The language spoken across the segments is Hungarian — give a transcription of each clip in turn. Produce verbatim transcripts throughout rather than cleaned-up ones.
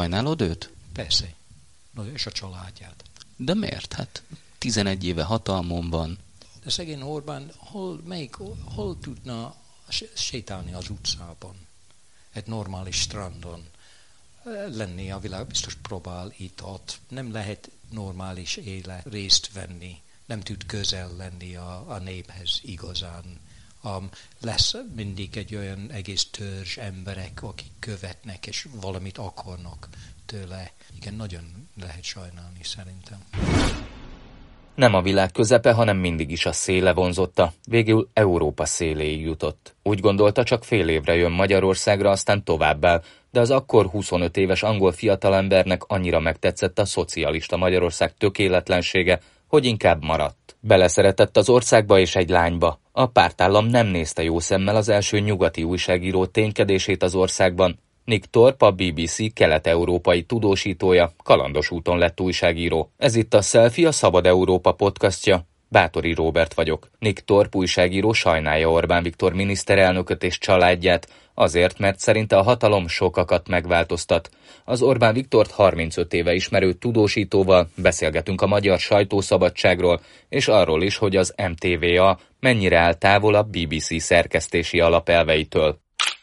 Sajnálod őt? Persze. No, és a családját. De miért? Hát tizenegy éve hatalmon van. De szegény Orbán hol, melyik, hol tudna sétálni az utcában? Egy normális strandon. Lenni a világ, biztos próbál itt-ott. Nem lehet normális élet részt venni. Nem tud közel lenni a, a néphez igazán. Um, lesz mindig egy olyan egész törzs emberek, akik követnek, és valamit akarnak tőle. Igen, nagyon lehet sajnálni szerintem. Nem a világ közepe, hanem mindig is a széle vonzotta. Végül Európa széléig jutott. Úgy gondolta, csak fél évre jön Magyarországra, aztán továbbá, de az akkor huszonöt éves angol fiatalembernek annyira megtetszett a szocialista Magyarország tökéletlensége, hogy inkább maradt. Beleszeretett az országba és egy lányba. A pártállam nem nézte jó szemmel az első nyugati újságíró ténykedését az országban. Nick Thorpe, a bé bé cé kelet-európai tudósítója, kalandos úton lett újságíró. Ez itt a Selfie, a Szabad Európa podcastja. Báthori Róbert vagyok. Nick Thorpe újságíró sajnálja Orbán Viktor miniszterelnököt és családját, azért, mert szerinte a hatalom sokakat megváltoztat. Az Orbán Viktort harmincöt éve ismerő tudósítóval beszélgetünk a magyar sajtószabadságról, és arról is, hogy az em té vé á mennyire áll távol a bé bé cé szerkesztési alapelveitől.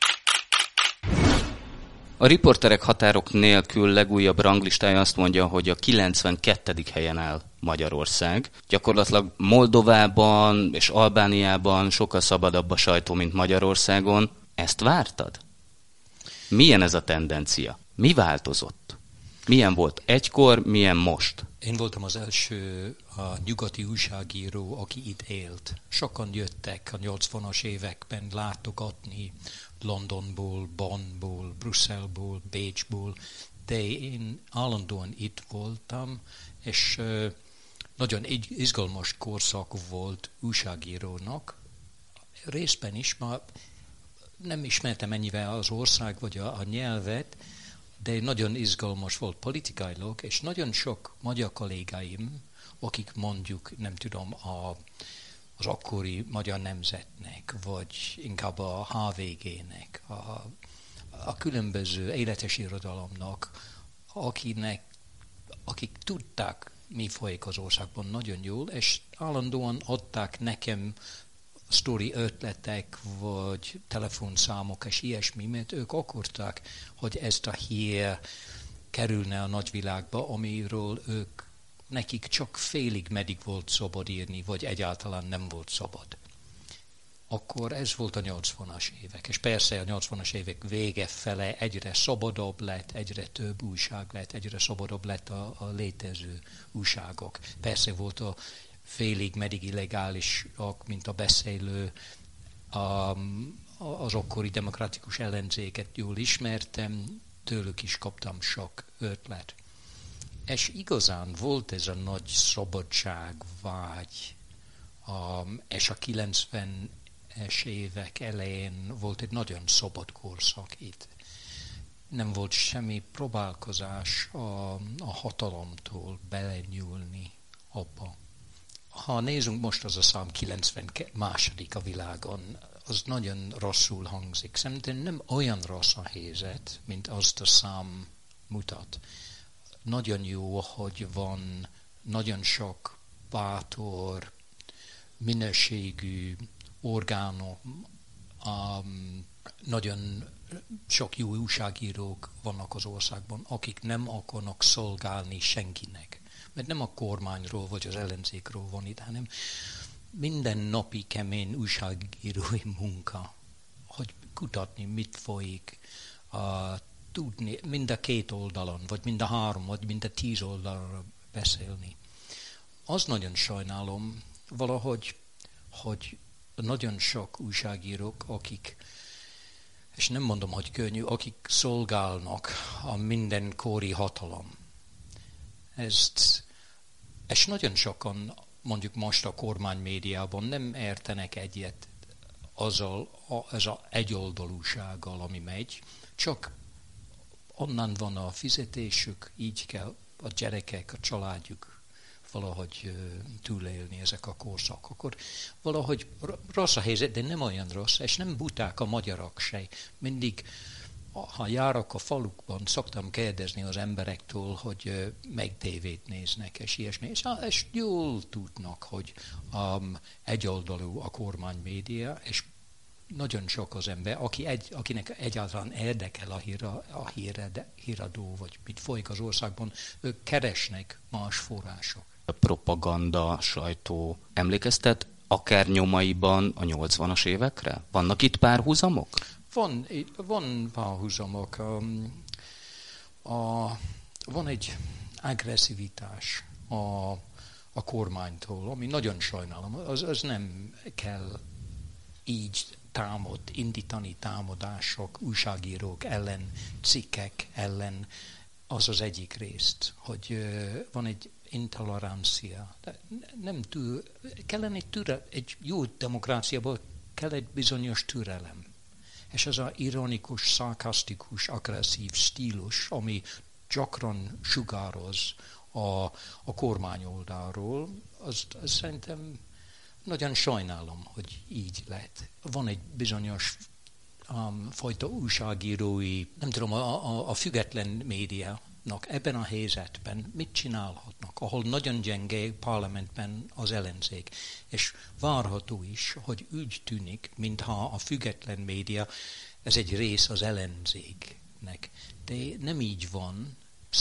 A Riporterek határok nélkül legújabb ranglistája azt mondja, hogy a kilencvenkettedik helyen áll Magyarország. Gyakorlatilag Moldovában és Albániában sokkal szabadabb a sajtó, mint Magyarországon. Ezt vártad? Milyen ez a tendencia? Mi változott? Milyen volt egykor, milyen most? Én voltam az első a nyugati újságíró, aki itt élt. Sokan jöttek a nyolcvanas években látogatni Londonból, Bonnból, Brüsszelból, Bécsból, de én állandóan itt voltam, és uh, nagyon izgalmas korszak volt újságírónak. Részben is, már nem ismertem ennyivel az ország vagy a, a nyelvet, de nagyon izgalmas volt politikailag, és nagyon sok magyar kollégáim, akik mondjuk, nem tudom, a, az akkori Magyar Nemzetnek, vagy inkább a há vé gének, a, a különböző életes irodalomnak, akinek, akik tudták, mi folyik az országban nagyon jól, és állandóan adták nekem sztori ötletek, vagy telefonszámok, és ilyesmi, mert ők akarták, hogy ezt a hír kerülne a nagyvilágba, amiről ők, nekik csak félig meddig volt szabad írni, vagy egyáltalán nem volt szabad. Akkor ez volt a nyolcvanas évek, és persze a nyolcvanas évek vége fele egyre szabadabb lett, egyre több újság lett, egyre szabadabb lett a, a létező újságok. Persze volt a félig meddig illegálisak, mint a Beszélő, a, az akkori demokratikus ellenzéket jól ismertem, tőlük is kaptam sok ötlet. És igazán volt ez a nagy szabadságvágy, um, és a kilencvenes évek elején volt egy nagyon szabad korszak itt. Nem volt semmi próbálkozás a, a hatalomtól belenyúlni abba. Ha nézzünk most, az a szám kilencvenkettő a világon, az nagyon rosszul hangzik. Szerintem nem olyan rossz a helyzet, mint azt a szám mutat. Nagyon jó, hogy van nagyon sok bátor, minőségű orgánum, um, nagyon sok jó újságírók vannak az országban, akik nem akarnak szolgálni senkinek. Mert nem a kormányról vagy az ellenzékről van itt, hanem minden napi kemény újságírói munka, hogy kutatni, mit folyik, uh, tudni mind a két oldalon, vagy mind a három, vagy mind a tíz oldalra beszélni. Az nagyon sajnálom valahogy, hogy nagyon sok újságírók, akik, és nem mondom, hogy könnyű, akik szolgálnak a mindenkori hatalom. Ezt, és nagyon sokan, mondjuk most a kormánymédiában nem értenek egyet azzal, a, ez az egyoldalúsággal, ami megy, csak onnan van a fizetésük, így kell a gyerekek, a családjuk valahogy uh, túlélni ezek a korszak. Akkor valahogy rossz a helyzet, de nem olyan rossz, és nem buták a magyarok se. Mindig ha járok a falukban, szoktam kérdezni az emberektől, hogy melyik tévét néznek, és ilyesmi. És, és jól tudnak, hogy um, egyoldalú a kormánymédia, és nagyon sok az ember, aki egy, akinek egyáltalán érdekel a, híra, a hírede, híradó, vagy mit folyik az országban, ők keresnek más források. A propaganda, sajtó emlékeztet akár nyomaiban a nyolcvanas évekre? Vannak itt párhuzamok? Van, van párhuzamok. Um, a, van egy agresszivitás a, a kormánytól, ami nagyon sajnálom. Az, az nem kell így támad, indítani támadások, újságírók ellen, cikkek ellen. Az az egyik részt, hogy uh, van egy intolerancia. De nem túl, kellene egy, türe, egy jó demokráciából kell egy bizonyos türelem. És ez az ironikus, szarkasztikus, agresszív stílus, ami gyakran sugároz a, a kormány oldalról, azt, azt szerintem nagyon sajnálom, hogy így lett. Van egy bizonyos um, fajta újságírói, nem tudom, a, a, a független média, ebben a helyzetben mit csinálhatnak, ahol nagyon gyenge parlamentben az ellenzék. És várható is, hogy úgy tűnik, mintha a független média, ez egy rész az ellenzéknek. De nem így van.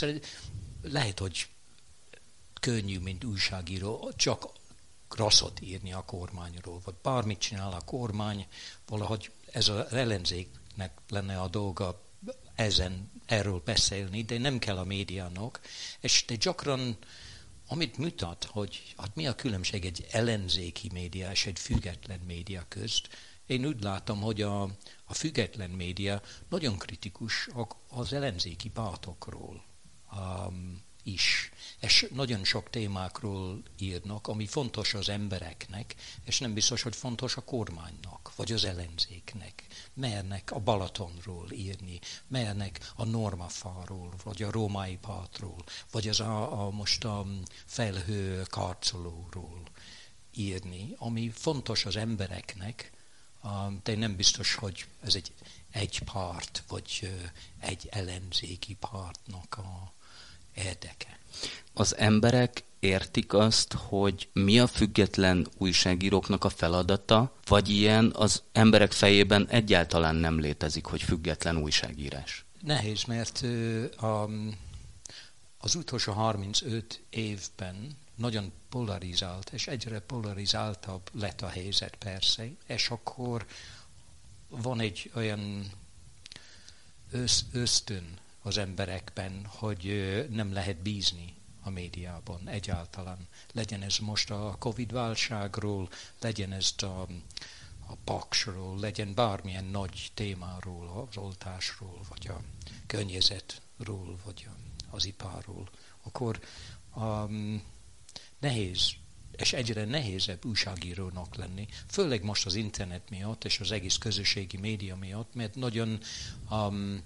Lehet, hogy könnyű, mint újságíró, csak rosszat írni a kormányról, vagy bármit csinál a kormány, valahogy ez az ellenzéknek lenne a dolga ezen, erről beszélni, de nem kell a médiának, és de gyakran, amit mutat, hogy hát mi a különbség egy ellenzéki média és egy független média közt, én úgy látom, hogy a, a független média nagyon kritikus az ellenzéki pártokról um, is, és nagyon sok témákról írnak, ami fontos az embereknek, és nem biztos, hogy fontos a kormánynak, vagy az ellenzéknek. Mernek a Balatonról írni, mernek a Normafáról, vagy a római pártról, vagy az a, a most a felhő karcolóról írni, ami fontos az embereknek, de nem biztos, hogy ez egy, egy párt, vagy egy ellenzéki pártnak a érdeke. Az emberek értik azt, hogy mi a független újságíróknak a feladata, vagy ilyen az emberek fejében egyáltalán nem létezik, hogy független újságírás? Nehéz, mert um, az utolsó harmincöt évben nagyon polarizált, és egyre polarizáltabb lett a helyzet persze, és akkor van egy olyan ösz, ösztön az emberekben, hogy nem lehet bízni a médiában egyáltalán. Legyen ez most a Covid-válságról, legyen ez a, a paksról, legyen bármilyen nagy témáról, az oltásról, vagy a környezetről, vagy az iparról. Akkor um, nehéz, és egyre nehézebb újságírónak lenni, főleg most az internet miatt, és az egész közösségi média miatt, mert nagyon um,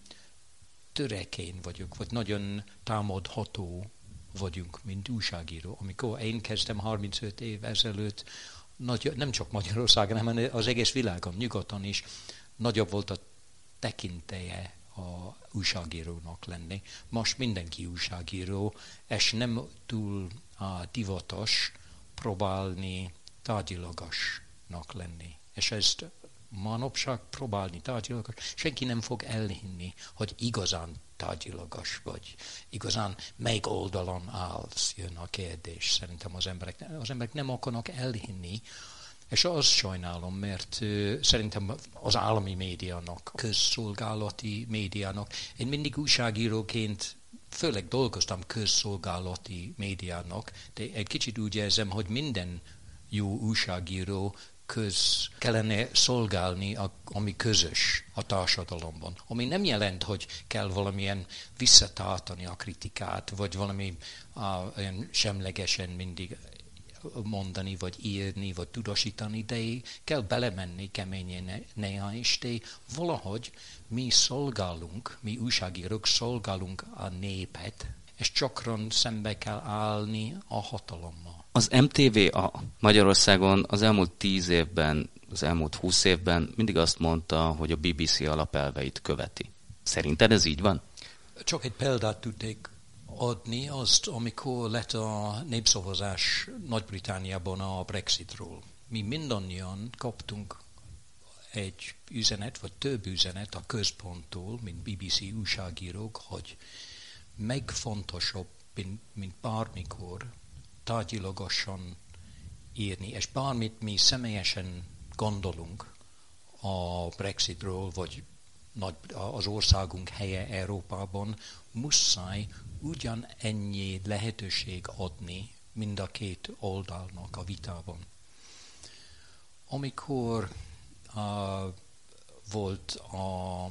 törekén vagyok, vagy nagyon támadható vagyunk, mint újságíró. Amikor én kezdtem harmincöt év ezelőtt, nagy, nem csak Magyarországon, hanem az egész világon, nyugaton is nagyobb volt a tekintélye a újságírónak lenni. Most mindenki újságíró, és nem túl uh, divatos próbálni tárgyilagosnak lenni. És ezt manapság próbálni tárgyilagos, senki nem fog elhinni, hogy igazán tárgyilagos vagy, igazán melyik oldalon állsz, jön a kérdés. Szerintem az emberek, az emberek nem akarnak elhinni, és azt sajnálom, mert uh, szerintem az állami médiának, közszolgálati médiának, én mindig újságíróként főleg dolgoztam közszolgálati médiának, de egy kicsit úgy érzem, hogy minden jó újságíró köz kellene szolgálni, a, ami közös a társadalomban. Ami nem jelent, hogy kell valamilyen visszatartani a kritikát, vagy valami uh, olyan semlegesen mindig mondani, vagy írni, vagy tudósítani, de kell belemenni keményen néha is, de valahogy mi szolgálunk, mi újságírók szolgálunk a népet, és csakran szembe kell állni a hatalommal. Az em té vé á Magyarországon az elmúlt tíz évben, az elmúlt húsz évben mindig azt mondta, hogy a bé bé cé alapelveit követi. Szerinted ez így van? Csak egy példát tudnék adni, azt, amikor lett a népszavazás Nagy-Britanniában a Brexitról. Mi mindannyian kaptunk egy üzenet, vagy több üzenet a központtól, mint bé bé cé újságírók, hogy megfontosabb, mint, mint bármikor tárgyilagosan írni, és bármit mi személyesen gondolunk a Brexitről, vagy nagy, az országunk helye Európában, muszáj ugyanennyi lehetőség adni mind a két oldalnak a vitában. Amikor uh, volt a,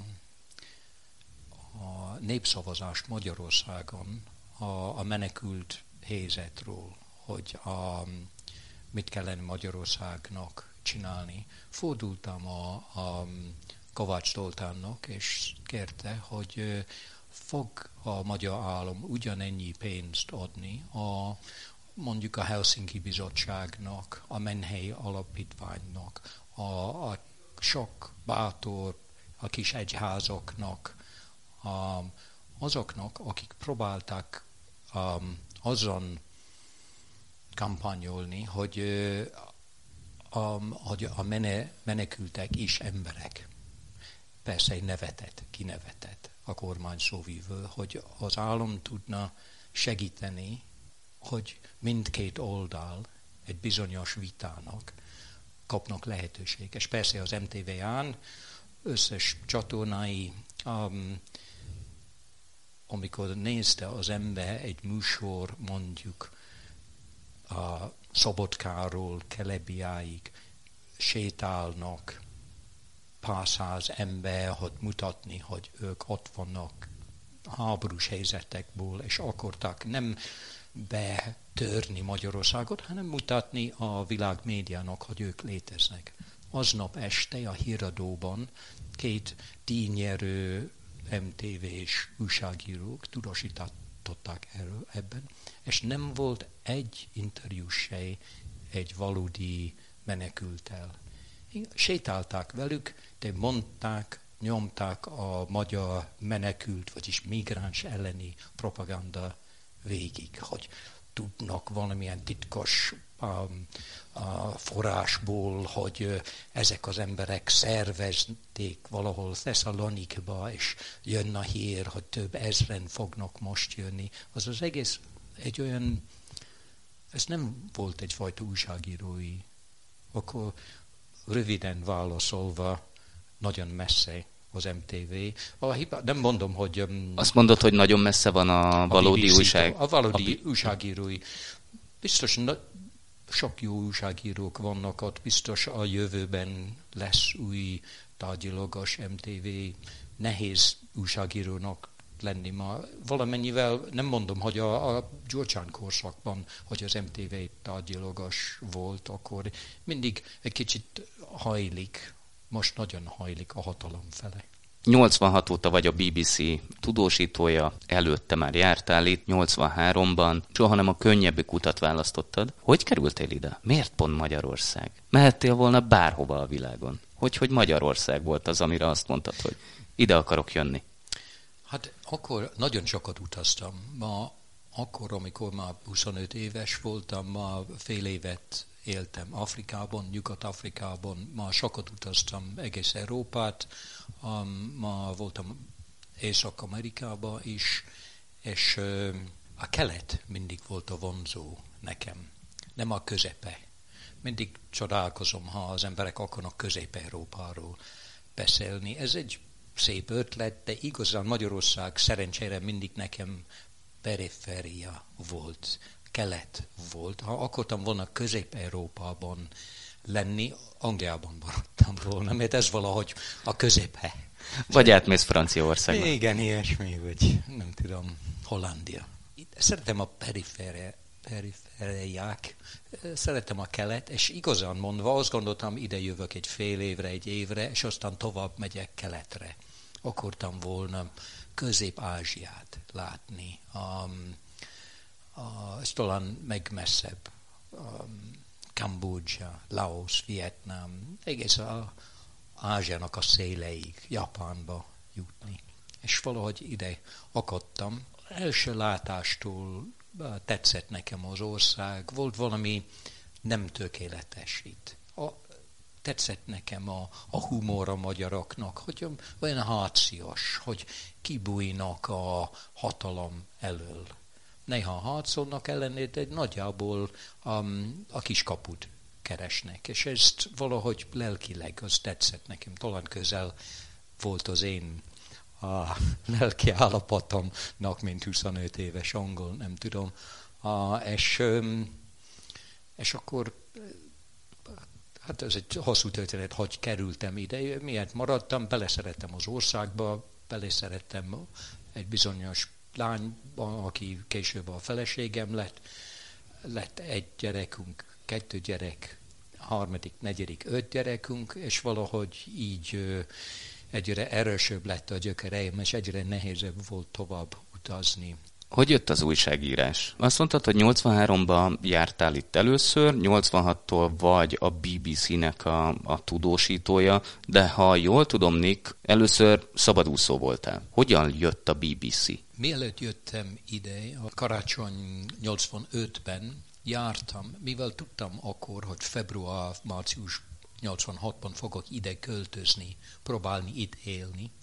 a népszavazás Magyarországon a, a menekült helyzetről, hogy a, mit kellene Magyarországnak csinálni, fordultam a, a Kovács Zoltánnak, és kérte, hogy fog a magyar állam ugyanennyi pénzt adni a, mondjuk a Helsinki Bizottságnak, a Menhely Alapítványnak, a, a sok bátor, a kis egyházaknak, a, azoknak, akik próbálták um, azon kampányolni, hogy, um, hogy a mene, menekültek is emberek. Persze egy nevetett, kinevetett a kormány szóvivő, hogy az állam tudna segíteni, hogy mindkét oldal egy bizonyos vitának kapnak lehetőség. És persze az em té vé án összes csatornái, um, amikor nézte az ember egy műsor, mondjuk a Szabadkáról Kelebiáig sétálnak pár száz ember, hogy mutatni, hogy ők ott vannak háborús helyzetekből, és akartak nem betörni Magyarországot, hanem mutatni a világ médiának, hogy ők léteznek. Aznap este a híradóban két díjnyerő em té vés újságírók tudósították erről ebben, és nem volt egy interjú se egy valódi menekülttel. Sétálták velük, de mondták, nyomták a magyar menekült, vagyis migráns elleni propaganda végig, hogy tudnak valamilyen titkos um, uh, forrásból, hogy uh, ezek az emberek szervezték valahol Thessalonikba, és jön a hír, hogy több ezren fognak most jönni. Az az egész egy olyan, ez nem volt egyfajta újságírói, akkor röviden válaszolva, nagyon messze az em té vé. Nem mondom, hogy... Um, Azt mondod, hogy nagyon messze van a valódi a újság. A valódi a újságírói. Biztos na, sok jó újságírók vannak ott, biztos a jövőben lesz új tárgyilagos em té vé. Nehéz újságírónak lenni ma. Valamennyivel nem mondom, hogy a, a Gyurcsány korszakban, hogy az em té vé tárgyilagos volt, akkor mindig egy kicsit hajlik, most nagyon hajlik a hatalom fele. nyolcvanhat óta vagy a bé bé cé tudósítója, előtte már jártál itt, nyolcvanháromban, soha nem a könnyebbik utat választottad. Hogy kerültél ide? Miért pont Magyarország? Mehettél volna bárhova a világon. Hogy, hogy Magyarország volt az, amire azt mondtad, hogy ide akarok jönni? Hát akkor nagyon sokat utaztam. Ma, akkor, amikor már huszonöt éves voltam, ma fél évet éltem Afrikában, Nyugat-Afrikában, ma sokat utaztam egész Európát, um, ma voltam Észak-Amerikában is, és uh, a kelet mindig volt a vonzó nekem, nem a közepe. Mindig csodálkozom, ha az emberek akarnak Közép-Európáról beszélni. Ez egy szép ötlet, de igazán Magyarország szerencsére mindig nekem periféria volt, kelet volt. Ha akartam volna Közép-Európában lenni, Angliában maradtam volna, mert ez valahogy a középe. Vagy átmész Franciaországba. Igen, ilyesmi, vagy nem tudom, Hollandia. Szeretem a periféria, perifériák, szeretem a kelet, és igazán mondva azt gondoltam, ide jövök egy fél évre, egy évre, és aztán tovább megyek keletre. Akartam volna Közép-Ázsiát látni, um, uh, ez talán meg messzebb, um, Kambodzsa, Laos, Vietnám, egész a Ázsiának a széleig, Japánba jutni. és valahogy ide akadtam. Első látástól tetszett nekem az ország, volt valami nem tökéletes itt. A, tetszett nekem a, a humor a magyaroknak, hogy olyan harcias, hogy kibújnak a hatalom elől. Néha harcolnak ellenére, de nagyjából um, a kiskaput keresnek, és ezt valahogy lelkileg az tetszett nekem. Talán közel volt az én a lelki állapotomnak, mint huszonöt éves angol, nem tudom. A, és, és akkor, hát ez egy hosszú történet, hogy kerültem ide, miért maradtam, beleszerettem az országba, beleszerettem egy bizonyos lányba, aki később a feleségem lett, lett egy gyerekünk, kettő gyerek, harmadik, negyedik, öt gyerekünk, és valahogy így egyre erősebb lett a gyökereim, és egyre nehezebb volt tovább utazni. Hogy jött az újságírás? Azt mondtad, hogy nyolcvanháromban jártál itt először, nyolcvanhattól vagy a bé bé cé-nek a, a tudósítója, de ha jól tudom, Nick, először szabadúszó voltál. Hogyan jött a bé bé cé? Mielőtt jöttem ide, a karácsony nyolcvanötben jártam, mivel tudtam akkor, hogy február, március nyolcvanhatban fogok ide költözni, próbálni itt élni.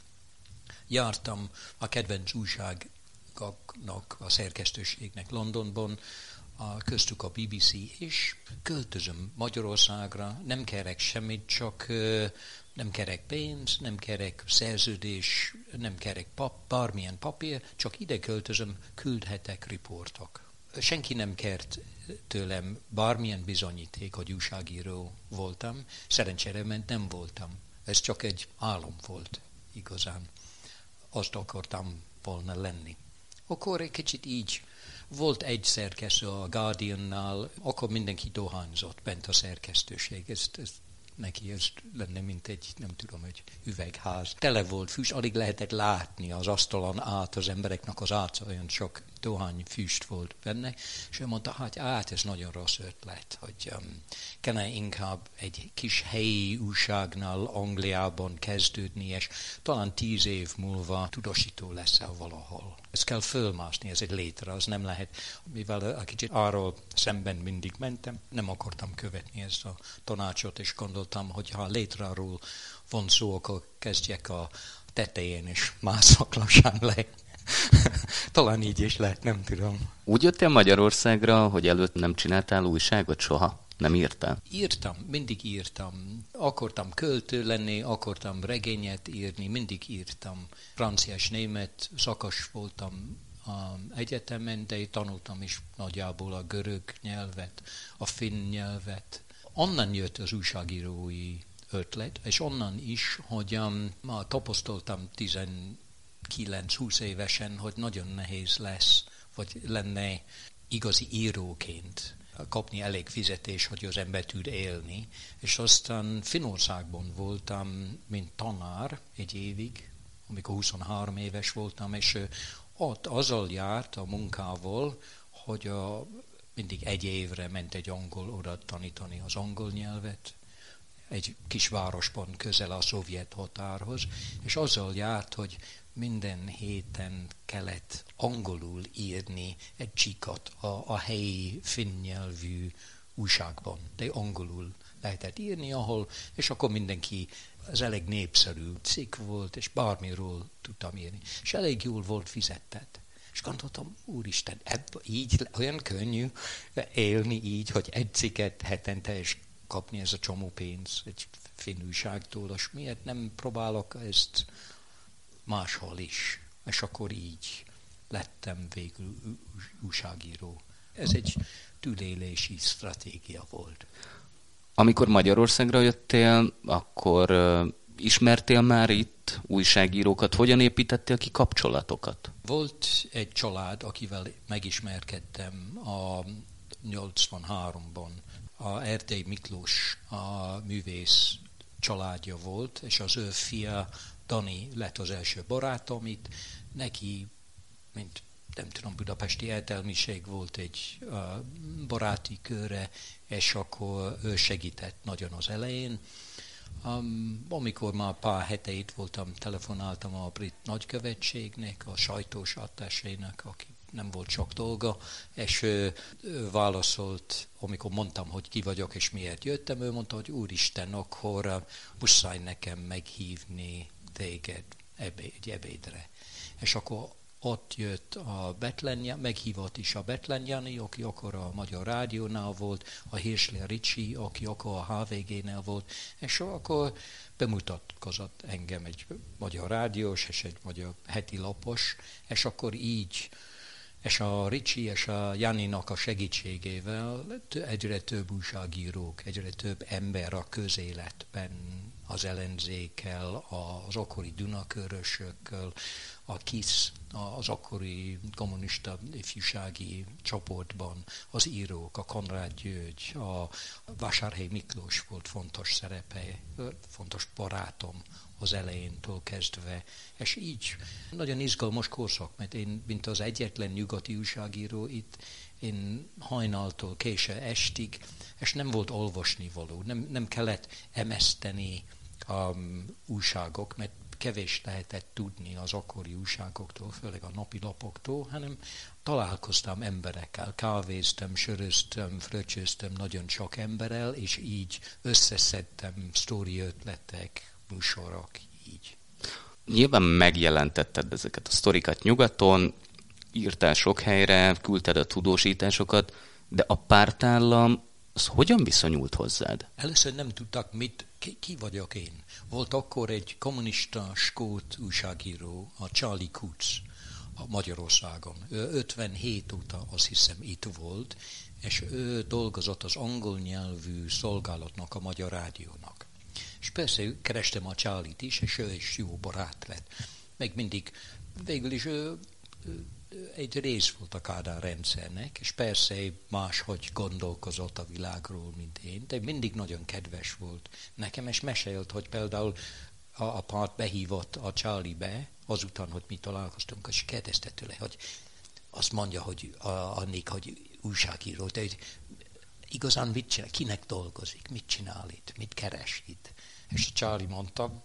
Jártam a kedvenc újságoknak, a szerkesztőségnek Londonban, a, köztük a bé bé cé, és költözöm Magyarországra, nem kerek semmit, csak nem kerek pénz, nem kerek szerződés, nem kerek pap, bármilyen papír, csak ide költözöm, küldhetek riportok. Senki nem kért tőlem bármilyen bizonyíték, hogy újságíró voltam. Szerencsére, mert nem voltam. Ez csak egy álom volt igazán. Azt akartam volna lenni. Akkor egy kicsit így volt egy szerkesztő a Guardiannál, akkor mindenki dohányzott bent a szerkesztőség. Ezt, ezt, neki ez lenne, mint egy, nem tudom, egy üvegház. Tele volt füst, alig lehetett látni az asztalon át az embereknek az arca, olyan sok dohányfüst volt benne, és ő mondta, hát át, ez nagyon rossz ötlet, hogy um, kellene inkább egy kis helyi újságnál Angliában kezdődni, és talán tíz év múlva tudósító leszel valahol. Ezt kell fölmászni, ez egy létre, az nem lehet, mivel a kicsit arról szemben mindig mentem, nem akartam követni ezt a tanácsot, és gondoltam, hogy ha létráról van szó, akkor kezdjek a tetején, és másszak lassan le. Talán így is lehet, nem tudom. Úgy jöttél Magyarországra, hogy előtt nem csináltál újságot soha? Nem írtál? Írtam, mindig írtam. Akartam költő lenni, akartam regényet írni, mindig írtam. Francia és német szakos voltam az egyetemen, de tanultam is nagyjából a görög nyelvet, a finn nyelvet. Onnan jött az újságírói ötlet, és onnan is, hogy um, ma tapasztaltam tizenkilenc-húsz évesen, hogy nagyon nehéz lesz, vagy lenne igazi íróként kapni elég fizetés, hogy az ember tud élni. És aztán Finnországban voltam, mint tanár egy évig, amikor huszonhárom éves voltam, és ott azzal járt a munkával, hogy a, mindig egy évre ment egy angol oda tanítani az angol nyelvet, egy kis városban közel a szovjet határhoz, és azzal járt, hogy minden héten kellett angolul írni egy cikket a, a helyi finn nyelvű újságban, de angolul lehetett írni, ahol, és akkor mindenki, az elég népszerű cikk volt, és bármiről tudtam írni. És elég jól volt fizetett. És gondoltam, úristen, ebből így olyan könnyű élni így, hogy egy cikket hetente, és kapni ez a csomó pénz egy finn újságtól, és miért nem próbálok ezt máshol is. És akkor így lettem végül újságíró. Ez egy túlélési stratégia volt. Amikor Magyarországra jöttél, akkor uh, ismertél már itt újságírókat? Hogyan építettél ki kapcsolatokat? Volt egy család, akivel megismerkedtem a nyolcvanháromban. A Erdei Miklós a művész családja volt, és az ő fia Dani lett az első barátom itt. Neki, mint nem tudom, budapesti értelmiség volt egy uh, baráti köre, és akkor ő segített nagyon az elején. Um, amikor már pár hete itt voltam, telefonáltam a brit nagykövetségnek, a sajtós attásének, aki nem volt sok dolga, és ő, ő válaszolt, amikor mondtam, hogy ki vagyok és miért jöttem, ő mondta, hogy úristen, akkor uh, muszáj nekem meghívni téged ebé, egy ebédre. És akkor ott jött a Betlen, meghívott is a Betlen Jani, aki akkor a Magyar Rádiónál volt, a Hirschler Ricsi, aki akkor a há vé gé-nél volt, és akkor bemutatkozott engem egy magyar rádiós és egy magyar heti lapos, és akkor így, és a Ricsi és a Janinak a segítségével egyre több újságírók, egyre több ember a közéletben, az ellenzékkel, az akkori Dunakörösökkel, a KISZ, az akkori kommunista ifjúsági csoportban, az írók, a Konrád György, a Vásárhelyi Miklós volt fontos szerepe, fontos barátom az elejéntől kezdve. És így nagyon izgalmas korszak, mert én, mint az egyetlen nyugati újságíró itt, én hajnaltól késő estig, és nem volt olvasnivaló, nem, nem kellett emeszteni um, újságok, mert kevés lehetett tudni az akkori újságoktól, főleg a napilapoktól, hanem találkoztam emberekkel, kávéztem, söröztem, fröccsöztem nagyon sok emberrel, és így összeszedtem sztori ötletek, műsorok, így. Nyilván megjelentetted ezeket a sztorikat nyugaton, írtál sok helyre, küldted a tudósításokat, de a pártállam az hogyan viszonyult hozzád? Először nem tudtak, mit, ki, ki vagyok én. Volt akkor egy kommunista skót újságíró, a Charlie Kutz, a Magyarországon. Ő ötvenhét óta azt hiszem itt volt, és ő dolgozott az angol nyelvű szolgálatnak, a Magyar Rádiónak. És persze kerestem a Charlie-t is, és ő is jó barát lett. Meg mindig, végül is ő, ő egy rész volt a Kádár rendszernek, és persze máshogy gondolkozott a világról, mint én, de mindig nagyon kedves volt nekem, és mesélt, hogy például a, a párt behívott a Charlie-be, azután, hogy mi találkoztunk, és kérdezte tőle, hogy azt mondja, hogy a, Annik, hogy újságíró, de igazán mit csinál, kinek dolgozik, mit csinál itt, mit keres itt. És a Charlie mondta,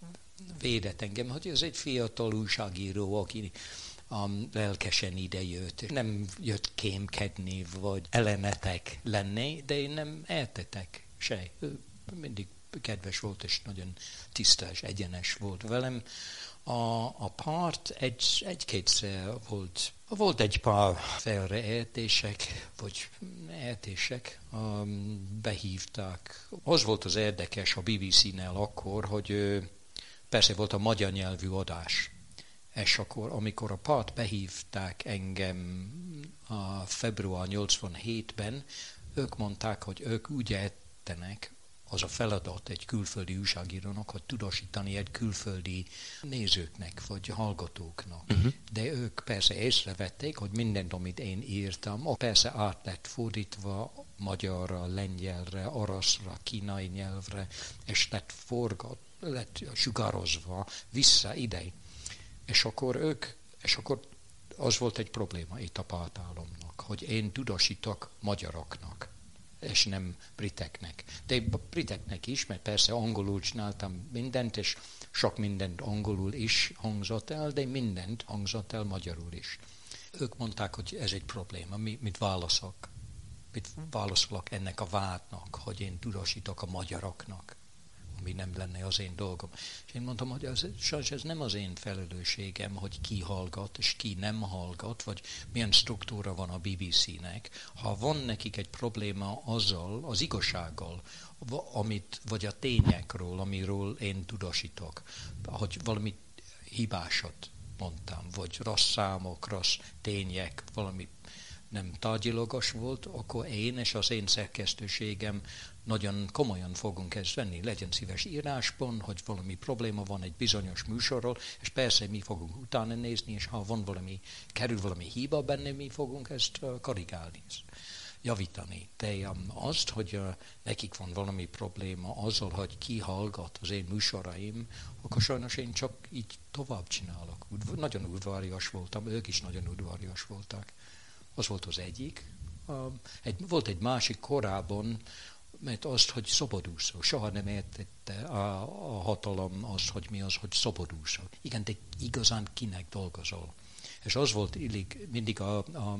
védett engem, hogy ez egy fiatal újságíró, aki Um, lelkesen idejött. Nem jött kémkedni, vagy ellenetek lenni, de én nem értetek se. Ő mindig kedves volt, és nagyon tisztás, egyenes volt velem. A, a párt egy, egy-kétszer volt, volt egy pár félreértések, vagy értések, um, behívták. Az volt az érdekes a bé bé cé-nél akkor, hogy persze volt a magyar nyelvű adás, és akkor, amikor a párt behívták engem a február nyolcvanhétben, ők mondták, hogy ők úgy értenek, az a feladat egy külföldi újságírónak, hogy tudósítani egy külföldi nézőknek, vagy hallgatóknak. Uh-huh. De ők persze észrevették, hogy mindent, amit én írtam, persze át lett fordítva magyarra, lengyelre, oroszra, kínai nyelvre, és lett forgat, lett sugározva vissza ide. És akkor ők, és akkor az volt egy probléma itt a pártállomnak, hogy én tudósítok magyaroknak, és nem briteknek. De briteknek is, mert persze angolul csináltam mindent, és sok mindent angolul is hangzott el, de mindent hangzott el magyarul is. Ők mondták, hogy ez egy probléma, mi, mit válaszok, mit válaszolok ennek a vádnak, hogy én tudósítok a magyaroknak, ami nem lenne az én dolgom. És én mondtam, hogy ez, ez nem az én felelősségem, hogy ki hallgat, és ki nem hallgat, vagy milyen struktúra van a bé bé cé-nek. Ha van nekik egy probléma azzal, az igazsággal, amit, vagy a tényekről, amiről én tudósítok, hogy valami hibásat mondtam, vagy rossz számok, rossz tények, valami nem tárgyilagos volt, akkor én és az én szerkesztőségem nagyon komolyan fogunk ezt venni. Legyen szíves írásban, hogy valami probléma van egy bizonyos műsorról, és persze mi fogunk utána nézni, és ha van valami, kerül valami hiba benne, mi fogunk ezt korrigálni, javítani. De azt, hogy nekik van valami probléma azzal, hogy ki hallgat az én műsoraim, akkor sajnos én csak így tovább csinálok. Nagyon udvarias voltam, ők is nagyon udvarias voltak. Az volt az egyik. Egy, volt egy másik korábban, mert azt, hogy szabadúszó, soha nem értette a, a hatalom azt, hogy mi az, hogy szabadúszó. Igen, de igazán kinek dolgozol. És az volt illig mindig a, a,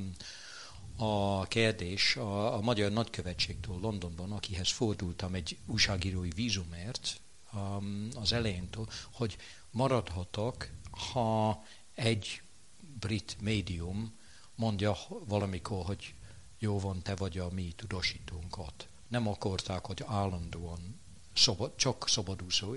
a kérdés a, a magyar nagykövetségtől Londonban, akihez fordultam egy újságírói vízumért um, az elejéntől, hogy maradhatok, ha egy brit médium mondja valamikor, hogy jó van, te vagy a mi tudósítónk ott. Nem akarták, hogy állandóan szabad, csak szabadúszó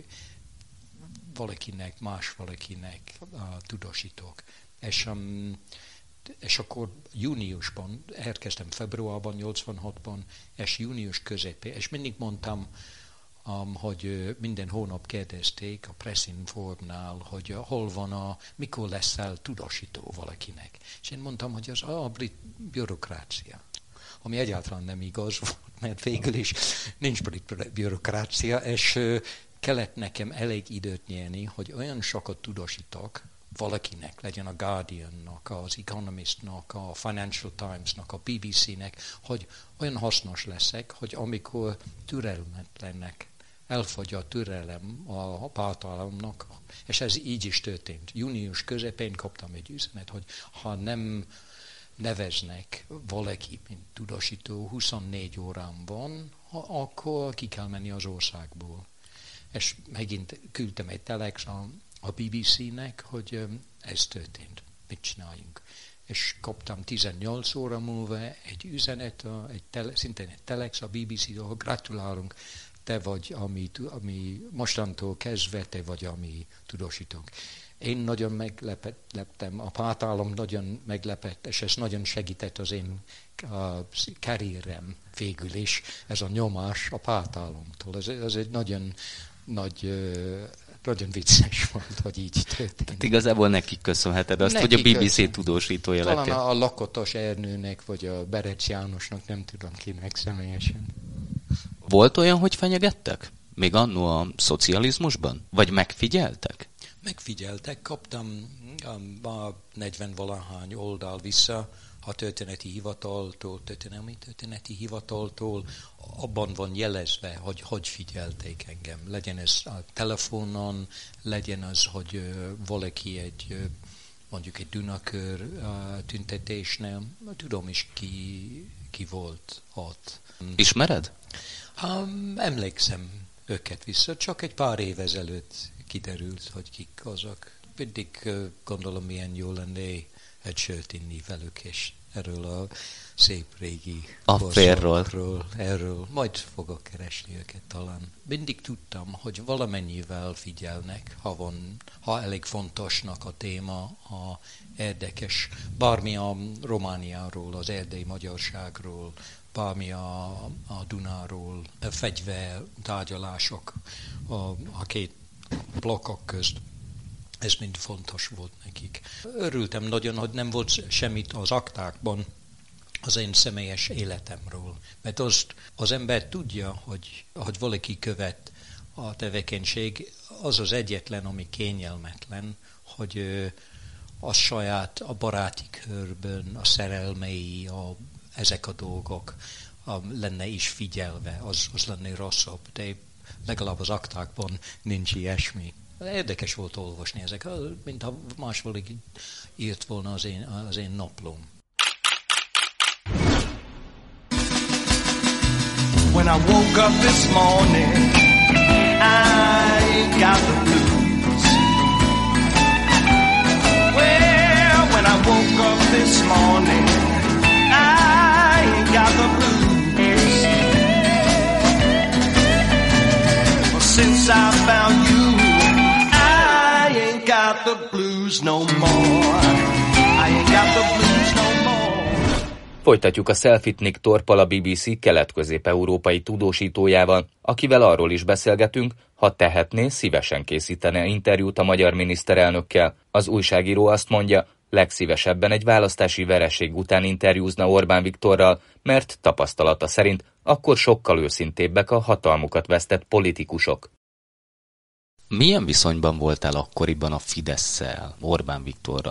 valakinek, más valakinek uh, tudósítók. És, um, és akkor júniusban, elkezdtem februárban, nyolcvanhatban, és június közepén, és mindig mondtam, um, hogy minden hónap kérdezték a Pressinformnál, hogy uh, hol van a, mikor leszel tudósító valakinek. És én mondtam, hogy az a brit bürokrácia, ami egyáltalán nem igaz volt, mert végül is nincs brit bürokrácia, és uh, kellett nekem elég időt nyerni, hogy olyan sokat tudósítok valakinek, legyen a Guardiannak, az Economistnak, a Financial Timesnak, a bé bé cé-nek, hogy olyan hasznos leszek, hogy amikor türelmetlenek, elfogy a türelem a pártállamnak, és ez így is történt. Június közepén kaptam egy üzenet, hogy ha nem neveznek valaki, mint tudósító huszonnégy órában, akkor ki kell menni az országból. És megint küldtem egy telex a, a bé bé cé-nek, hogy ez történt, mit csináljunk. És kaptam tizennyolc óra múlva egy üzenet, egy tele, szintén egy telex a bé bé cé-től, hogy gratulálunk, te vagy, ami, ami mostantól kezdve, te vagy, ami tudósítónk. Én nagyon megleptem, a pártállam nagyon meglepett, és ez nagyon segített az én karrierem végül is, ez a nyomás a pártállamtól. Ez, ez egy nagyon nagy, nagyon vicces volt, hogy így történt. Tehát igazából nekik köszönheted azt, neki hogy a bé bé cé tudósítója lettél. Talán a Lakatos Ernőnek, vagy a Berec Jánosnak, nem tudom kinek személyesen. Volt olyan, hogy fenyegettek? Még annó a szocializmusban? Vagy megfigyeltek? Megfigyeltek, kaptam a negyven-valahány oldal vissza a történeti hivataltól, történelmi történeti hivataltól, abban van jelezve, hogy hogy figyelték engem. Legyen ez a telefonon, legyen az, hogy valaki egy, mondjuk egy Dunakör tüntetésnél, tudom is ki, ki volt ott. Ismered? Um, emlékszem őket vissza, csak egy pár év ezelőtt kiderült, hogy kik azok. Mindig uh, gondolom, milyen jó lenne egy sört inni velük, és erről a szép régi afférről. Erről majd fogok keresni őket talán. Mindig tudtam, hogy valamennyivel figyelnek, ha, van, ha elég fontosnak a téma, a érdekes, bármi a Romániáról, az erdélyi magyarságról, bármi a, a Dunáról, a fegyver tárgyalások a, a két blokkok közt. Ez mind fontos volt nekik. Örültem nagyon, hogy nem volt semmit az aktákban az én személyes életemről. Mert azt az ember tudja, hogy, hogy valaki követ a tevékenység, az az egyetlen, ami kényelmetlen, hogy a saját, a baráti körben, a szerelmei, a, ezek a dolgok a, lenne is figyelve, az, az lenne rosszabb. De legalább az aktákban nincs ilyesmi. Érdekes volt olvasni ezek, mint ha más valaki írt volna az én, az én naplóm. When I woke up this morning, I got the blues. Well, when I woke up this morning, I got the blues. Well, since I found you, got the blues no more. I ain't got the blues no more. Folytatjuk a Selfit Nick Torppal, a bé bé cé kelet-közép-európai tudósítójával, akivel arról is beszélgetünk, ha tehetné, szívesen készítene interjút a magyar miniszterelnökkel. Az újságíró azt mondja, legszívesebben egy választási vereség után interjúzna Orbán Viktorral, mert tapasztalata szerint akkor sokkal őszintébbek a hatalmukat vesztett politikusok. Milyen viszonyban voltál akkoriban a Fidesszel, Orbán Viktorral?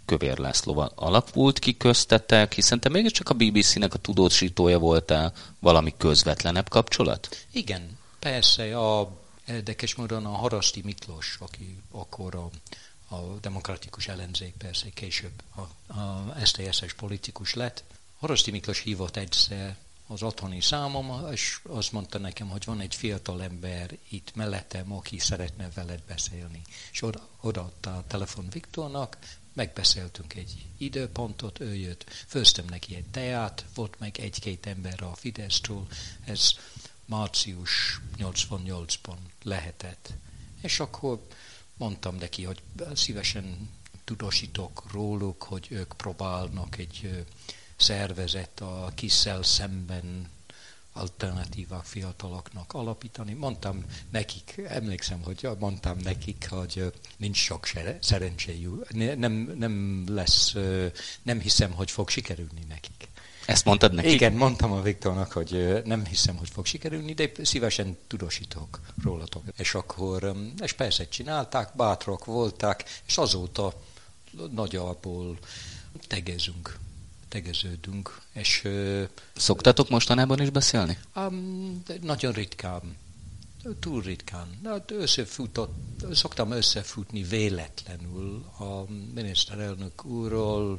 Kövér Lászlóval alakult ki köztetek, hiszen te mégiscsak a bé bé cé-nek a tudósítója voltál, valami közvetlenebb kapcsolat? Igen, persze, a érdekes módon a Haraszti Miklós, aki akkor a, a demokratikus ellenzék, persze később a, a es té es-es politikus lett. Haraszti Miklós hívott egyszer az otthoni számom, és azt mondta nekem, hogy van egy fiatal ember itt mellettem, aki szeretne veled beszélni. És oda, odaadta a telefon Viktornak, megbeszéltünk egy időpontot, ő jött, főztem neki egy teát, volt meg egy-két ember a Fidesztől, ez március nyolcvannyolcban lehetett. És akkor mondtam neki, hogy szívesen tudósítok róluk, hogy ők próbálnak egy szervezet a kisszel szemben alternatívák fiataloknak alapítani. Mondtam nekik, emlékszem, hogy mondtam nekik, hogy nincs sok szerencséjük, nem, nem lesz, nem hiszem, hogy fog sikerülni nekik. Ezt mondtad nekik? Igen, mondtam a Viktornak, hogy nem hiszem, hogy fog sikerülni, de szívesen tudósítok rólatok. És akkor, és persze csinálták, bátrak voltak, és azóta nagyjából tegezünk. tegeződünk, és... Szoktatok mostanában is beszélni? Um, nagyon ritkán, túl ritkán. Összefutott, szoktam összefutni véletlenül a miniszterelnök úrról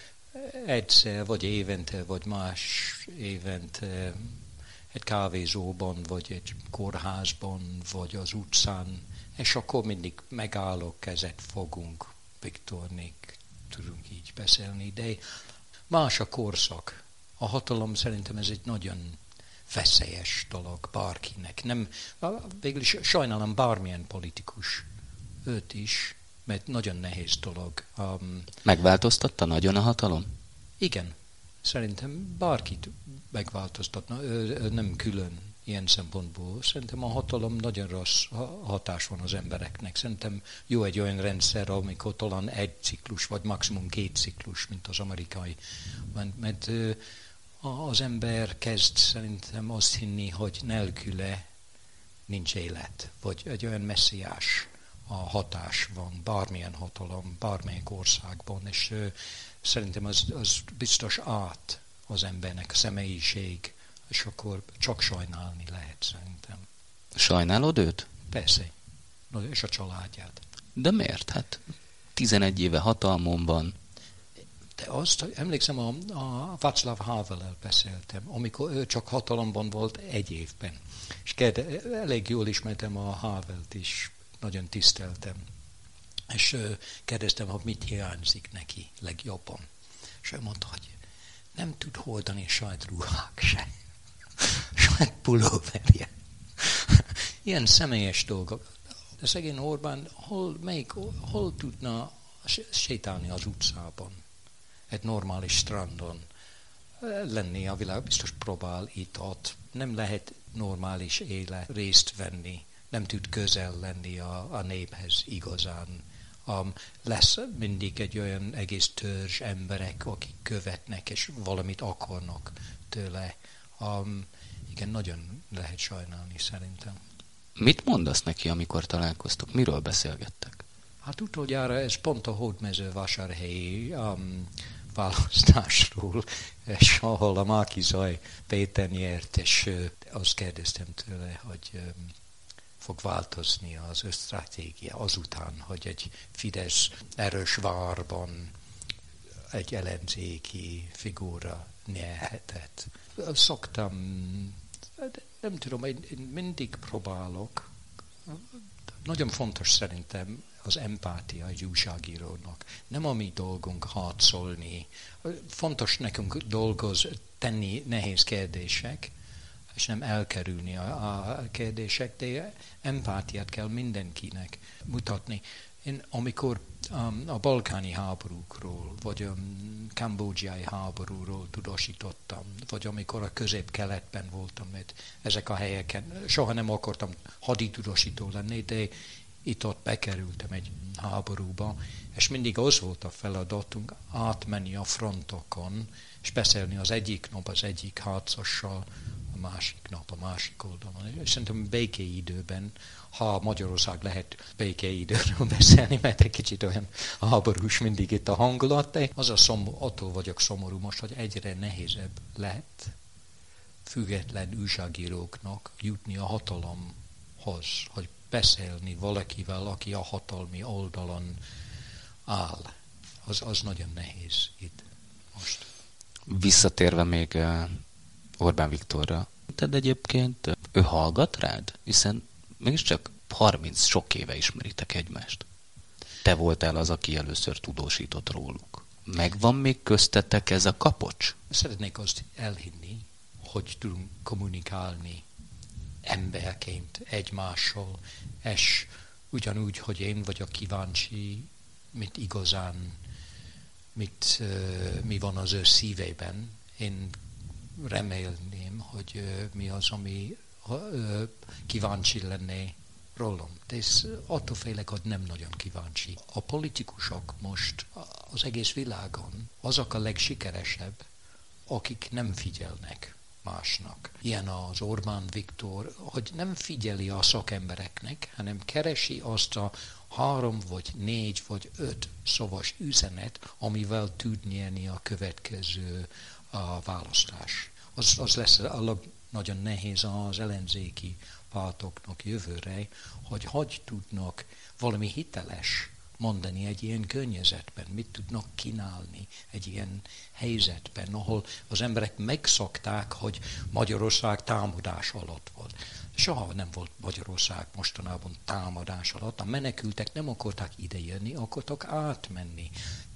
egyszer, vagy évente, vagy más évente egy kávézóban, vagy egy kórházban, vagy az utcán, és akkor mindig megállok, kezet fogunk, Viktornék, tudunk így beszélni, de más a korszak. A hatalom szerintem ez egy nagyon veszélyes dolog bárkinek. Nem, végül is sajnálom bármilyen politikus, őt is, mert nagyon nehéz dolog. Um, Megváltoztatta nagyon a hatalom? Igen, szerintem bárkit megváltoztatna, ő, ő nem külön ilyen szempontból. Szerintem a hatalom nagyon rossz hatás van az embereknek. Szerintem jó egy olyan rendszer, amikor talán egy ciklus, vagy maximum két ciklus, mint az amerikai. Mert az ember kezd szerintem azt hinni, hogy nélküle nincs élet, vagy egy olyan messziás a hatás van, bármilyen hatalom, bármelyik országban, és szerintem az, az biztos át az embernek, a személyiség, és akkor csak sajnálni lehet szerintem. Sajnálod őt? Persze. És a családját. De miért? Hát tizenegy éve hatalmon van. De azt, emlékszem, a, a Václav Havel-el beszéltem, amikor ő csak hatalomban volt egy évben. És kérde, elég jól ismertem a Havelt is, nagyon tiszteltem. És uh, kérdeztem, hogy mit hiányzik neki legjobban. És ő mondta, hogy nem tud hordani saját ruhák se. Saját pulóverje. Ilyen személyes dolgok. De szegény Orbán hol, melyik, hol tudna sétálni az utcában? Egy normális strandon. Lenni a világ, biztos próbál itt-ott. Nem lehet normális élet részt venni. Nem tud közel lenni a, a néphez igazán. Um, lesz mindig egy olyan egész törzs emberek, akik követnek, és valamit akarnak tőle. Um, igen, nagyon lehet sajnálni szerintem. Mit mondasz neki, amikor találkoztok? Miről beszélgettek? Hát utoljára ez pont a hódmezővásárhelyi um, választásról, és ahol a Márki-Zay Péter nyert, és uh, azt kérdeztem tőle, hogy um, fog változni az ő stratégia azután, hogy egy Fidesz erős várban egy ellenzéki figura nyerhetett. Szoktam, nem tudom, én, én mindig próbálok. Nagyon fontos szerintem az empátia egy újságírónak. Nem a mi dolgunk harcolni. Fontos nekünk dolgoz, tenni nehéz kérdések, és nem elkerülni a, a kérdések, de empátiát kell mindenkinek mutatni. Én amikor um, a balkáni háborúkról, vagy a um, kambodzsai háborúról tudósítottam, vagy amikor a közép-keletben voltam, mert ezek a helyeken soha nem akartam haditudósító lenni, de itt-ott bekerültem egy háborúba, és mindig az volt a feladatunk átmenni a frontokon, és beszélni az egyik nap az egyik harcossal, a másik nap, a másik oldalon. És szerintem békeidőben, ha Magyarország lehet békeidőről beszélni, mert egy kicsit olyan háborús mindig itt a hangulat, de az a szomorú, attól vagyok szomorú most, hogy egyre nehézebb lett független újságíróknak jutni a hatalomhoz, hogy beszélni valakivel, aki a hatalmi oldalon áll. Az, az nagyon nehéz itt most. Visszatérve még Orbán Viktorra, te egyébként ő hallgat rád? Hiszen mégiscsak harminc sok éve ismeritek egymást. Te voltál az, aki először tudósított róluk. Megvan még köztetek ez a kapocs? Szeretnék azt elhinni, hogy tudunk kommunikálni emberként egymással, és ugyanúgy, hogy én vagyok kíváncsi, mit igazán, mit, uh, mi van az ő szívében. Én remélném, hogy uh, mi az, ami uh, kíváncsi lenné rólam. De ez attól félek, hogy nem nagyon kíváncsi. A politikusok most az egész világon azok a legsikeresebb, akik nem figyelnek másnak. Ilyen az Orbán Viktor, hogy nem figyeli a szakembereknek, hanem keresi azt a három, vagy négy, vagy öt szavas üzenet, amivel tud nyerni a következő a választás. Az, az lesz a nagyon nehéz az ellenzéki pártoknak jövőre, hogy hogy tudnak valami hiteles mondani egy ilyen környezetben, mit tudnak kínálni egy ilyen helyzetben, ahol az emberek megszokták, hogy Magyarország támadás alatt volt. Soha nem volt Magyarország mostanában támadás alatt. A menekültek nem akarták idejönni, akartak átmenni.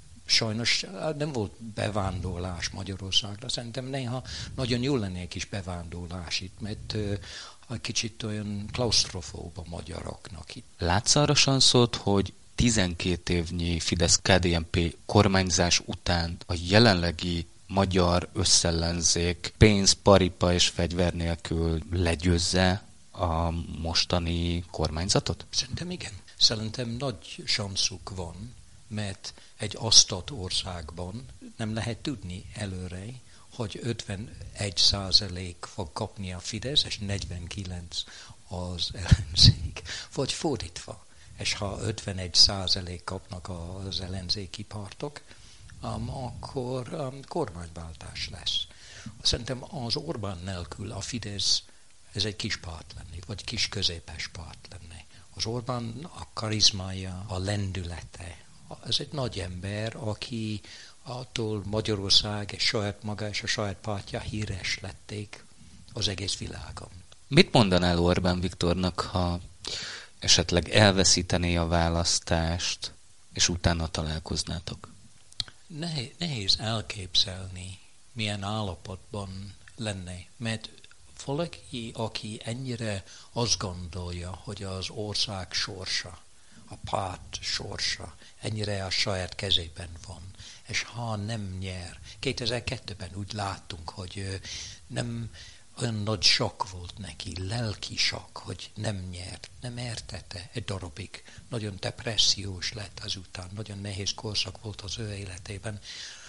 Sajnos nem volt bevándorlás Magyarországra. Szerintem néha nagyon jó lenne egy kis bevándorlás itt, mert egy kicsit olyan klausztrofób a magyaroknak itt. Látsz arra sanszot, hogy tizenkét évnyi Fidesz-ká dé en pé kormányzás után a jelenlegi magyar összellenzék pénz, paripa és fegyver nélkül legyőzze a mostani kormányzatot? Szerintem igen. Szerintem nagy sanszuk van, mert egy osztott országban nem lehet tudni előre, hogy ötvenegy százalék fog kapni a Fidesz, és negyvenkilenc az ellenzék, vagy fordítva. És ha ötvenegy százalék kapnak az ellenzéki pártok, um, akkor um, kormányváltás lesz. Szerintem az Orbán nélkül a Fidesz ez egy kis párt lenni, vagy kis középes párt lenni. Az Orbán a karizmája, a lendülete, ez egy nagy ember, aki attól Magyarország és saját maga és a saját pártja híres lették az egész világon. Mit mondanál Orbán Viktornak, ha esetleg elveszítené a választást, és utána találkoznátok? Nehéz, nehéz elképzelni, milyen állapotban lenne, mert valaki, aki ennyire azt gondolja, hogy az ország sorsa, a párt sorsa, ennyire a saját kezében van, és ha nem nyer. kétezer-kettőben úgy láttunk, hogy nem olyan nagy sok volt neki, lelki sok, hogy nem nyert, nem értette egy darabig. Nagyon depressziós lett azután, nagyon nehéz korszak volt az ő életében.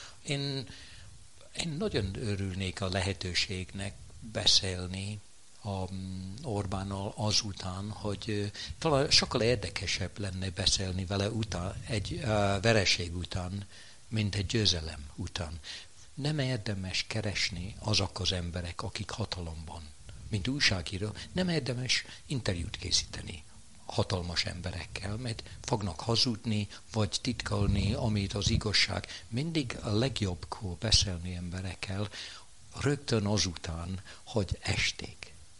Én, én nagyon örülnék a lehetőségnek beszélni a Orbánnal azután, hogy talán sokkal érdekesebb lenne beszélni vele után, egy uh, vereség után, mint egy győzelem után. Nem érdemes keresni azok az emberek, akik hatalomban, mint újságíró, nem érdemes interjút készíteni hatalmas emberekkel, mert fognak hazudni, vagy titkolni, amit az igazság. Mindig a legjobbkor beszélni emberekkel, rögtön azután, hogy esték.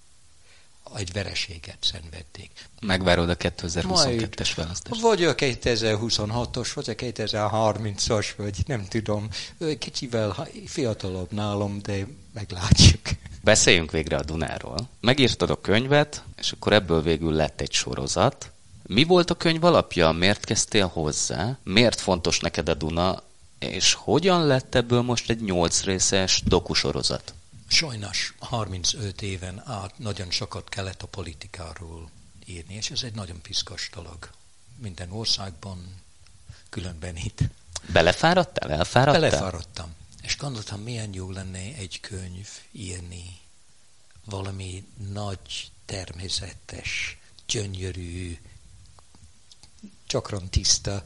Egy vereséget szenvedték. Megvárod a kétezer-huszonkettes választást? Vagy a kétezer-huszonhatos, vagy a kétezer-harmincas, vagy nem tudom. Kicsivel fiatalabb nálam, de meglátjuk. Beszéljünk végre a Dunáról. Megírtad a könyvet, és akkor ebből végül lett egy sorozat. Mi volt a könyv alapja? Miért kezdtél hozzá? Miért fontos neked a Duna? És hogyan lett ebből most egy nyolc részes dokusorozat? Sajnos harmincöt éven át nagyon sokat kellett a politikáról írni, és ez egy nagyon piszkos dolog. Minden országban, különben itt. Belefáradtál? Elfáradtál? Belefáradtam. És gondoltam, milyen jó lenne egy könyv írni valami nagy, természetes, gyönyörű, gyakran tiszta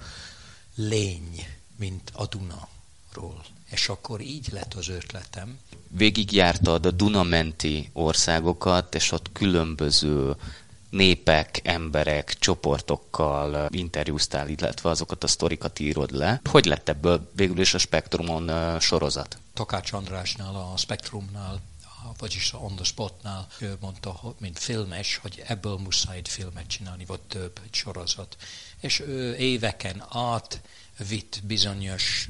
lény, mint a Dunaról. És akkor így lett az ötletem. Végigjártad a Duna-menti országokat, és ott különböző népek, emberek, csoportokkal interjúztál, illetve azokat a sztorikat írod le. Hogy lett ebből végül is a Spektrumon sorozat? Takács Andrásnál, a Spektrumnál, vagyis a On the Spotnál, ő mondta, mint filmes, hogy ebből muszáj egy filmet csinálni, vagy több, egy sorozat. És ő éveken át vitt bizonyos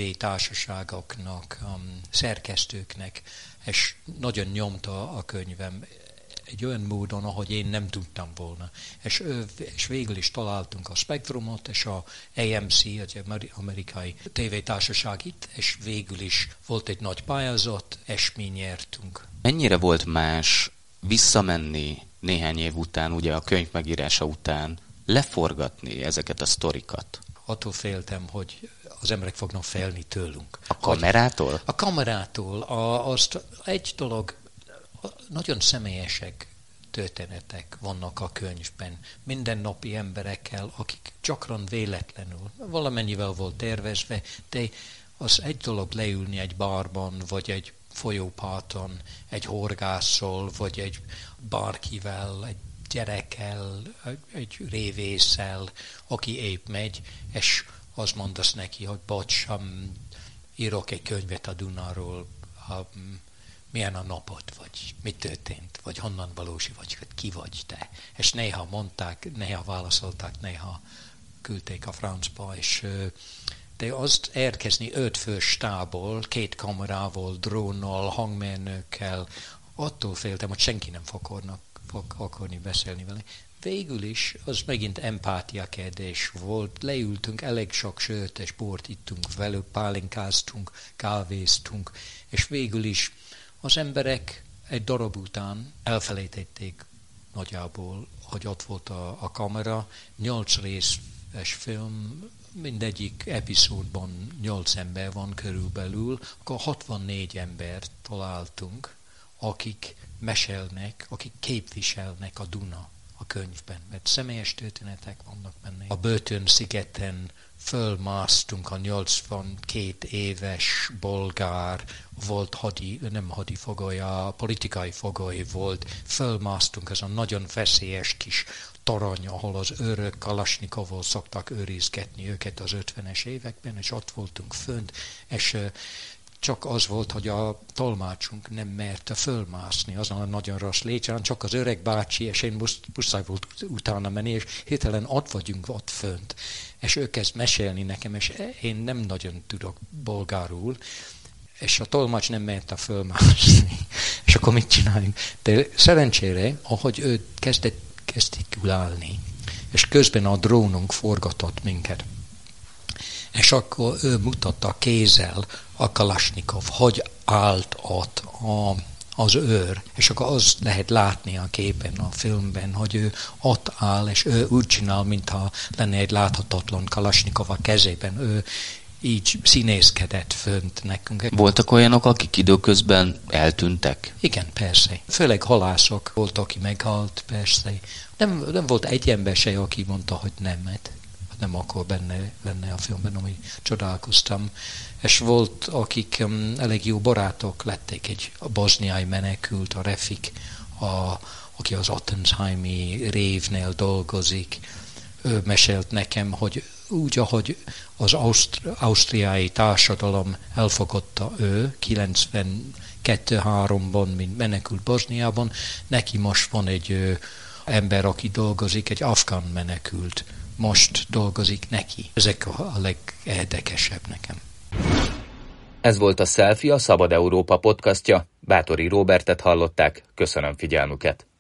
tévétársaságoknak, um, szerkesztőknek, és nagyon nyomta a könyvem egy olyan módon, ahogy én nem tudtam volna. És, és végül is találtunk a Spektrumot, és a á em cé, az amerikai tévétársaság itt, és végül is volt egy nagy pályázat, és mi nyertünk. Mennyire volt más visszamenni néhány év után, ugye a könyv megírása után, leforgatni ezeket a sztorikat? Attól féltem, hogy az emberek fognak félni tőlünk. A kamerától? Hogy a kamerától. A, azt egy dolog, nagyon személyesek történetek vannak a könyvben. Mindennapi emberekkel, akik gyakran véletlenül, valamennyivel volt tervezve, de az egy dolog leülni egy bárban, vagy egy folyóparton, egy horgásszal, vagy egy bárkivel, egy gyerekkel, egy révésszel, aki épp megy, és azt mondasz neki, hogy bocs, um, írok egy könyvet a Dunáról, um, milyen a napod, vagy mit történt, vagy honnan valósi vagy, vagy ki vagy te. És néha mondták, néha válaszolták, néha küldték a francba, és de azt érkezni öt fős stából, két kamerával, drónnal, hangmérnökkel, attól féltem, hogy senki nem fog, fog akarni beszélni vele. Végül is az megint empátia kérdés volt. Leültünk, elég sok sört és bort ittunk velük, pálinkáztunk, kávéztunk, és végül is az emberek egy darab után elfelejtették nagyjából, hogy ott volt a, a kamera. Nyolc részes film, mindegyik epizódban nyolc ember van körülbelül, akkor hatvannégy embert találtunk, akik mesélnek, akik képviselnek a Duna a könyvben, mert személyes történetek vannak benne. A Börtön-szigeten fölmásztunk, a nyolcvankét éves bolgár volt hadi, nem hadifogoly, a politikai fogoly volt, fölmásztunk ez a nagyon veszélyes kis torony, ahol az őrök Kalasnyikovval szoktak őrizgetni őket az ötvenes években, és ott voltunk fönt, és csak az volt, hogy a tolmácsunk nem merte fölmászni azon a nagyon rossz lécsen, csak az öreg bácsi, és én muszáj volt utána menni, és hirtelen ott vagyunk ott fönt. És ő kezd mesélni nekem, és én nem nagyon tudok bolgárul, és a tolmács nem merte fölmászni. És akkor mit csináljunk? De szerencsére, ahogy ő kezdett gesztikulálni, és közben a drónunk forgatott minket, és akkor ő mutatta kézzel a Kalasnyikov, hogy állt ott a, az őr, és akkor az lehet látni a képen, a filmben, hogy ő ott áll, és ő úgy csinál, mintha lenne egy láthatatlan Kalasnyikov a kezében. Ő így színészkedett fönt nekünk. Voltak olyanok, akik időközben eltűntek? Igen, persze. Főleg halászok volt, aki meghalt, persze. Nem, nem volt egy ember se, aki mondta, hogy nem, nem akar benne lenne a filmben, ami csodálkoztam. És volt, akik um, elég jó barátok lettek, egy a boszniai menekült, a Refik, a, aki az Ottensheimi révnél dolgozik. Ő mesélt nekem, hogy úgy, ahogy az ausztri- ausztriai társadalom elfogadta ő kilencvenkettő háromban, mint menekült Boszniában, neki most van egy ö, ember, aki dolgozik, egy afgán menekült. Most dolgozik neki. Ezek a legérdekesebb nekem. Ez volt a Selfie, a Szabad Európa podcastja. Báthori Róbertet hallották. Köszönöm figyelmüket.